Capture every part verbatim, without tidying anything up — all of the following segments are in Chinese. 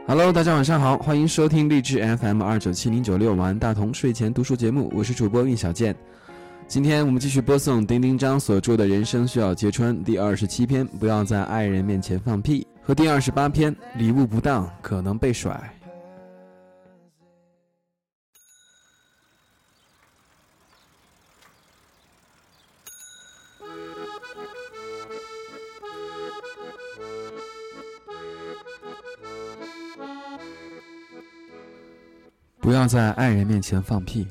Hello， 大家晚上好，欢迎收听荔枝 F M 二九七零九六晚安大同睡前读书节目，我是主播运小健。今天我们继续播送丁丁章所著的《人生需要揭穿》第二十七篇，不要在爱人面前放屁，和第二十八篇，礼物不当可能被甩。不要在爱人面前放屁。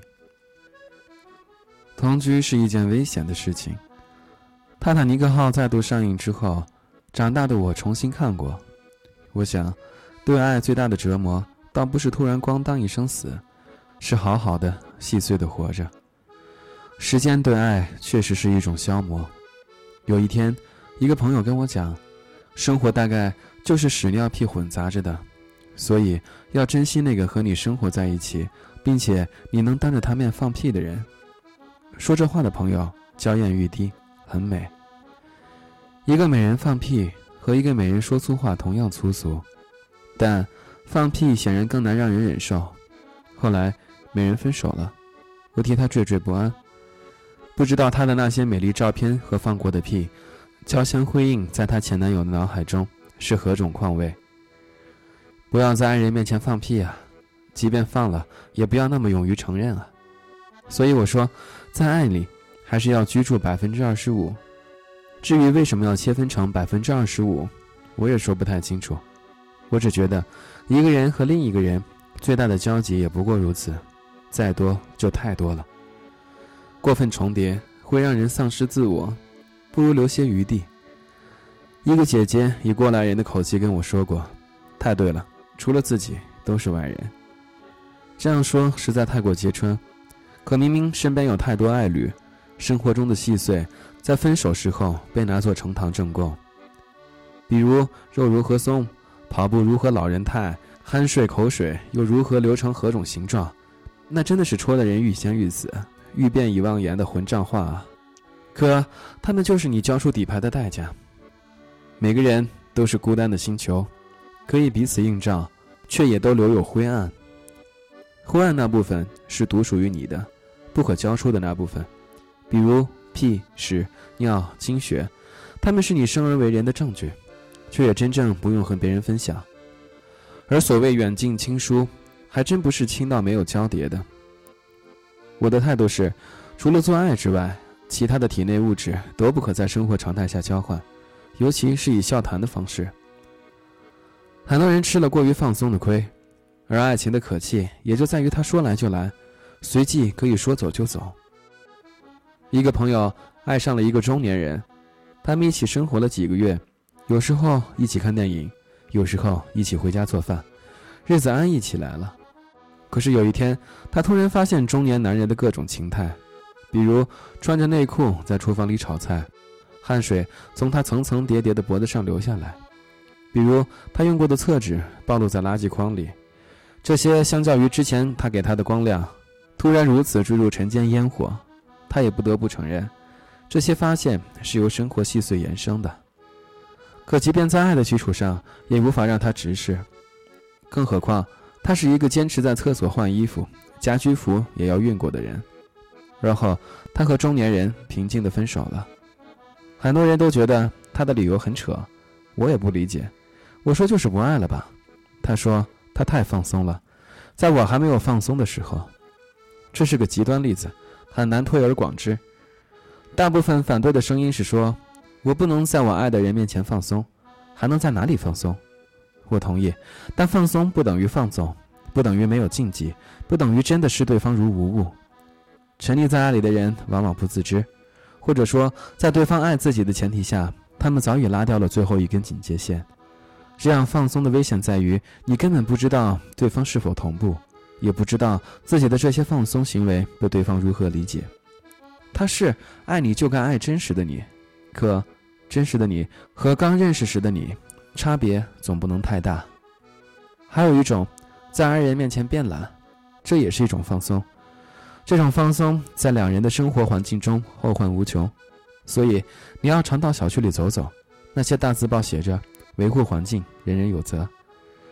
同居是一件危险的事情。泰坦尼克号再度上映之后，长大的我重新看过。我想，对爱最大的折磨，倒不是突然咣当一声死，是好好的、细碎的活着。时间对爱确实是一种消磨。有一天，一个朋友跟我讲，生活大概就是屎尿屁混杂着的。所以要珍惜那个和你生活在一起，并且你能当着他面放屁的人。说这话的朋友娇艳欲滴，很美。一个美人放屁和一个美人说粗话同样粗俗，但放屁显然更难让人忍受。后来美人分手了，我替她惴惴不安。不知道她的那些美丽照片和放过的屁，交相辉映在她前男友的脑海中是何种况味。不要在爱人面前放屁啊，即便放了，也不要那么勇于承认啊。所以我说，在爱里还是要居住百分之二十五。至于为什么要切分成百分之二十五，我也说不太清楚。我只觉得，一个人和另一个人最大的交集也不过如此，再多就太多了。过分重叠会让人丧失自我，不如留些余地。一个姐姐以过来人的口气跟我说过，太对了。除了自己都是外人。这样说实在太过揭穿，可明明身边有太多爱侣，生活中的细碎在分手时候被拿作呈堂证供。比如肉如何松，跑步如何老人态，酣睡口水又如何流成何种形状，那真的是戳得人欲仙欲死欲辩已忘言的混账话啊！可他们就是你交出底牌的代价。每个人都是孤单的星球，可以彼此映照，却也都留有灰暗。灰暗那部分是独属于你的，不可交出的那部分，比如屁、屎、尿、精血，它们是你生而为人的证据，却也真正不用和别人分享。而所谓远近亲疏，还真不是亲到没有交叠的。我的态度是，除了做爱之外，其他的体内物质都不可在生活常态下交换，尤其是以笑谈的方式。很多人吃了过于放松的亏，而爱情的可气也就在于他说来就来，随即可以说走就走。一个朋友爱上了一个中年人，他们一起生活了几个月，有时候一起看电影，有时候一起回家做饭，日子安逸起来了。可是有一天，他突然发现中年男人的各种情态，比如穿着内裤在厨房里炒菜，汗水从他层层叠叠的脖子上流下来，比如他用过的厕纸暴露在垃圾筐里，这些相较于之前他给他的光亮，突然如此坠入尘间烟火，他也不得不承认，这些发现是由生活细碎延伸的。可即便在爱的基础上，也无法让他直视。更何况他是一个坚持在厕所换衣服，家居服也要熨过的人。然后他和中年人平静地分手了。很多人都觉得他的理由很扯，我也不理解。我说就是不爱了吧。他说他太放松了，在我还没有放松的时候。这是个极端例子，很难推而广之。大部分反对的声音是说，我不能在我爱的人面前放松，还能在哪里放松？我同意，但放松不等于放纵，不等于没有禁忌，不等于真的视对方如无物。沉溺在爱里的人往往不自知，或者说在对方爱自己的前提下，他们早已拉掉了最后一根警戒线。这样放松的危险在于，你根本不知道对方是否同步，也不知道自己的这些放松行为被对方如何理解。他是爱你就该爱真实的你，可真实的你和刚认识时的你差别总不能太大。还有一种，在爱人面前变懒，这也是一种放松。这种放松在两人的生活环境中后患无穷，所以你要常到小区里走走，那些大字报写着维护环境人人有责。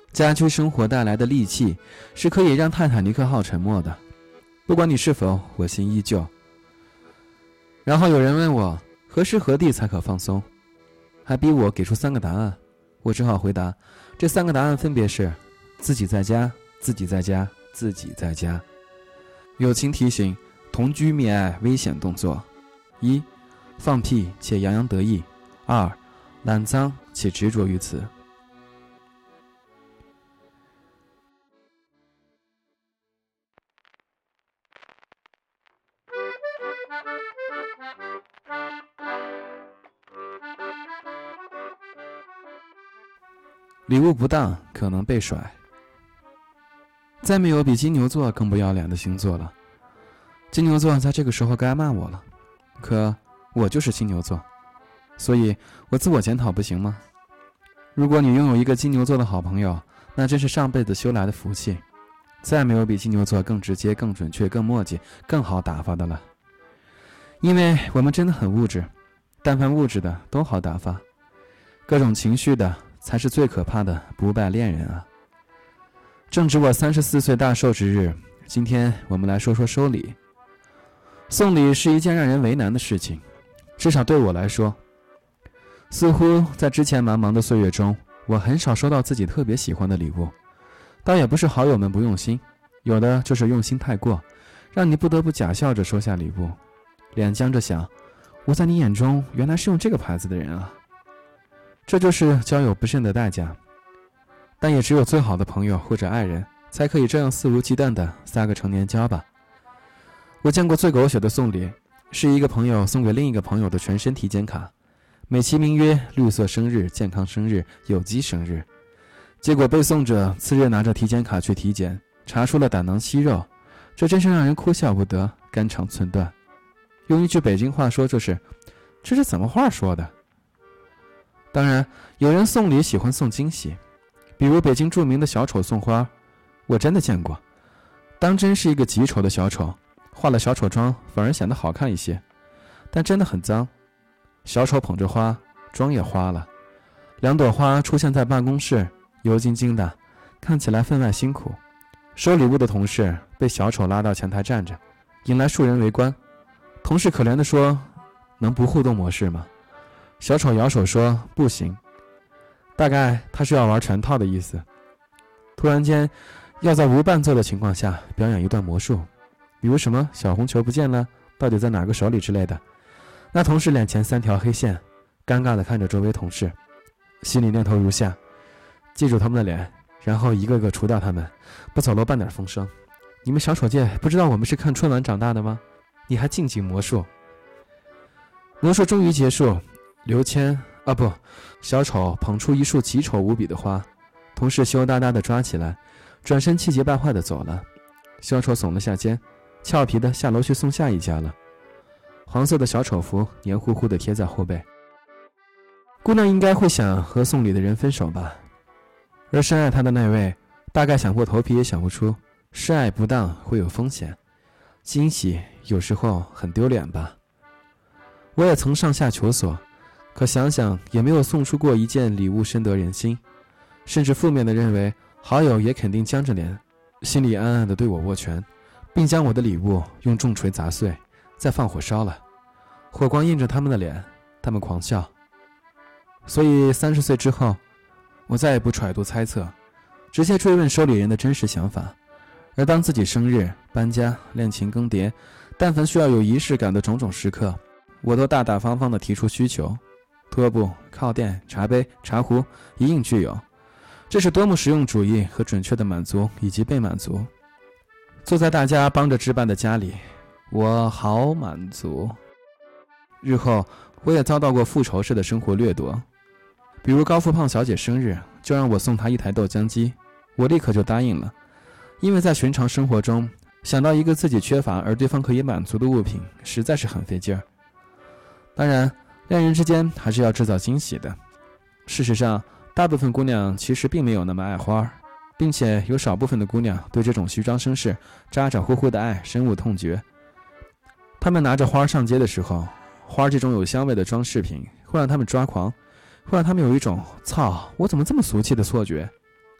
家居生活带来的戾气是可以让泰坦尼克号沉没的，不管你是否我心依旧。然后有人问我何时何地才可放松，还逼我给出三个答案，我只好回答，这三个答案分别是自己在家，自己在家，自己在家。友情提醒：同居灭爱危险动作：一、放屁且洋洋得意；二、懒脏且执着于此。礼物不当可能被甩。再没有比金牛座更不要脸的星座了。金牛座在这个时候该骂我了，可我就是金牛座，所以我自我检讨不行吗？如果你拥有一个金牛座的好朋友，那真是上辈子修来的福气。再没有比金牛座更直接、更准确、更墨迹、更好打发的了。因为我们真的很物质，但凡物质的都好打发，各种情绪的才是最可怕的不败恋人啊！正值我三十四岁大寿之日，今天我们来说说收礼。送礼是一件让人为难的事情，至少对我来说。似乎在之前茫茫的岁月中，我很少收到自己特别喜欢的礼物，倒也不是好友们不用心，有的就是用心太过，让你不得不假笑着收下礼物，脸僵着想，我在你眼中原来是用这个牌子的人啊。这就是交友不慎的代价，但也只有最好的朋友或者爱人才可以这样肆无忌惮地撒个成年娇吧。我见过最狗血的送礼，是一个朋友送给另一个朋友的全身体检卡，美其名曰绿色生日、健康生日、有机生日，结果被送者次日拿着体检卡去体检，查出了胆囊息肉，这真是让人哭笑不得，肝肠寸断。用一句北京话说就是这是怎么话说的。当然有人送礼喜欢送惊喜，比如北京著名的小丑送花，我真的见过，当真是一个极丑的小丑，化了小丑妆反而显得好看一些，但真的很脏。小丑捧着花，妆也花了，两朵花出现在办公室，油晶晶的，看起来分外辛苦。收礼物的同事被小丑拉到前台站着，引来数人围观。同事可怜地说，能不互动模式吗？小丑摇手说不行，大概他是要玩全套的意思。突然间要在无伴奏的情况下表演一段魔术，比如什么小红球不见了，到底在哪个手里之类的。那同事脸前三条黑线，尴尬地看着周围同事，心里念头如下：记住他们的脸，然后一个个除掉他们，不走漏半点风声。你们小丑界不知道我们是看春晚长大的吗？你还禁忌魔术。魔术终于结束，刘谦啊不，小丑捧出一束奇丑无比的花，同事羞答答地抓起来，转身气急败坏地走了。小丑耸了下肩，俏皮地下楼去送下一家了。黄色的小丑服黏糊糊地贴在后背。姑娘应该会想和送礼的人分手吧，而深爱她的那位大概想破头皮也想不出示爱不当会有风险，惊喜有时候很丢脸吧。我也曾上下求索，可想想也没有送出过一件礼物深得人心，甚至负面的认为好友也肯定僵着脸，心里暗暗地对我握拳，并将我的礼物用重锤砸碎，再放火烧了。火光映着他们的脸，他们狂笑。所以三十岁之后，我再也不揣度猜测，直接追问收礼人的真实想法。而当自己生日、搬家、恋情更迭，但凡需要有仪式感的种种时刻，我都大大方方地提出需求，拖布、靠垫、茶杯、茶壶一应俱有。这是多么实用主义和准确的满足以及被满足。坐在大家帮着置办的家里，我好满足。日后我也遭到过复仇式的生活掠夺，比如高富胖小姐生日就让我送她一台豆浆机，我立刻就答应了，因为在寻常生活中想到一个自己缺乏而对方可以满足的物品实在是很费劲儿。当然恋人之间还是要制造惊喜的，事实上大部分姑娘其实并没有那么爱花，并且有少部分的姑娘对这种虚张声势咋咋呼呼的爱深恶痛绝。她们拿着花上街的时候，花这种有香味的装饰品会让他们抓狂，会让他们有一种操我怎么这么俗气的错觉。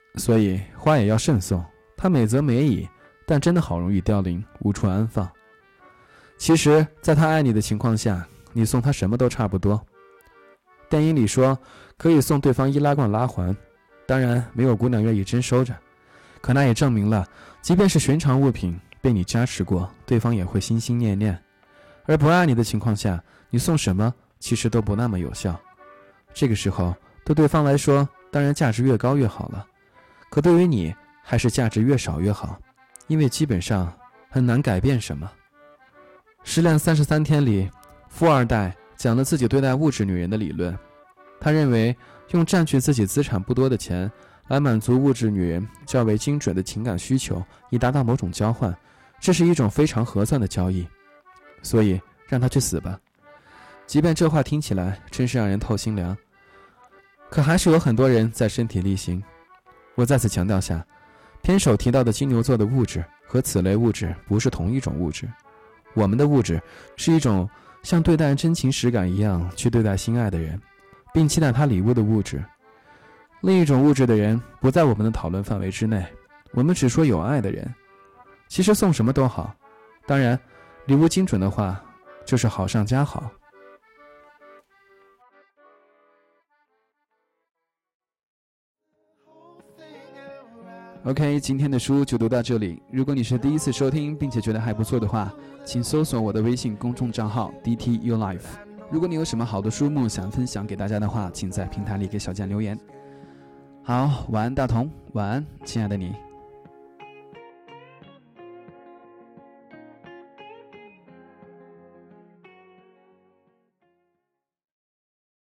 所以花也要慎送，它美则美矣，但真的好容易凋零，无处安放。其实在他爱你的情况下，你送他什么都差不多。电影里说可以送对方易拉罐拉环，当然没有姑娘愿意真收着，可那也证明了即便是寻常物品被你加持过，对方也会心心念念。而不爱你的情况下，你送什么其实都不那么有效。这个时候对对方来说当然价值越高越好了，可对于你还是价值越少越好，因为基本上很难改变什么。失恋三十三天里，富二代讲了自己对待物质女人的理论。他认为用占据自己资产不多的钱来满足物质女人较为精准的情感需求，以达到某种交换，这是一种非常合算的交易。所以让他去死吧。即便这话听起来真是让人透心凉，可还是有很多人在身体力行。我再次强调下，片首提到的金牛座的物质和此类物质不是同一种物质。我们的物质是一种像对待真情实感一样去对待心爱的人，并期待他礼物的物质。另一种物质的人不在我们的讨论范围之内，我们只说有爱的人。其实送什么都好，当然礼物精准的话就是好上加好。OK， 今天的书就读到这里。如果你是第一次收听并且觉得还不错的话，请搜索我的微信公众账号 D T U Life。 如果你有什么好的书目想分享给大家的话，请在平台里给小健留言。好，晚安大同，晚安亲爱的你。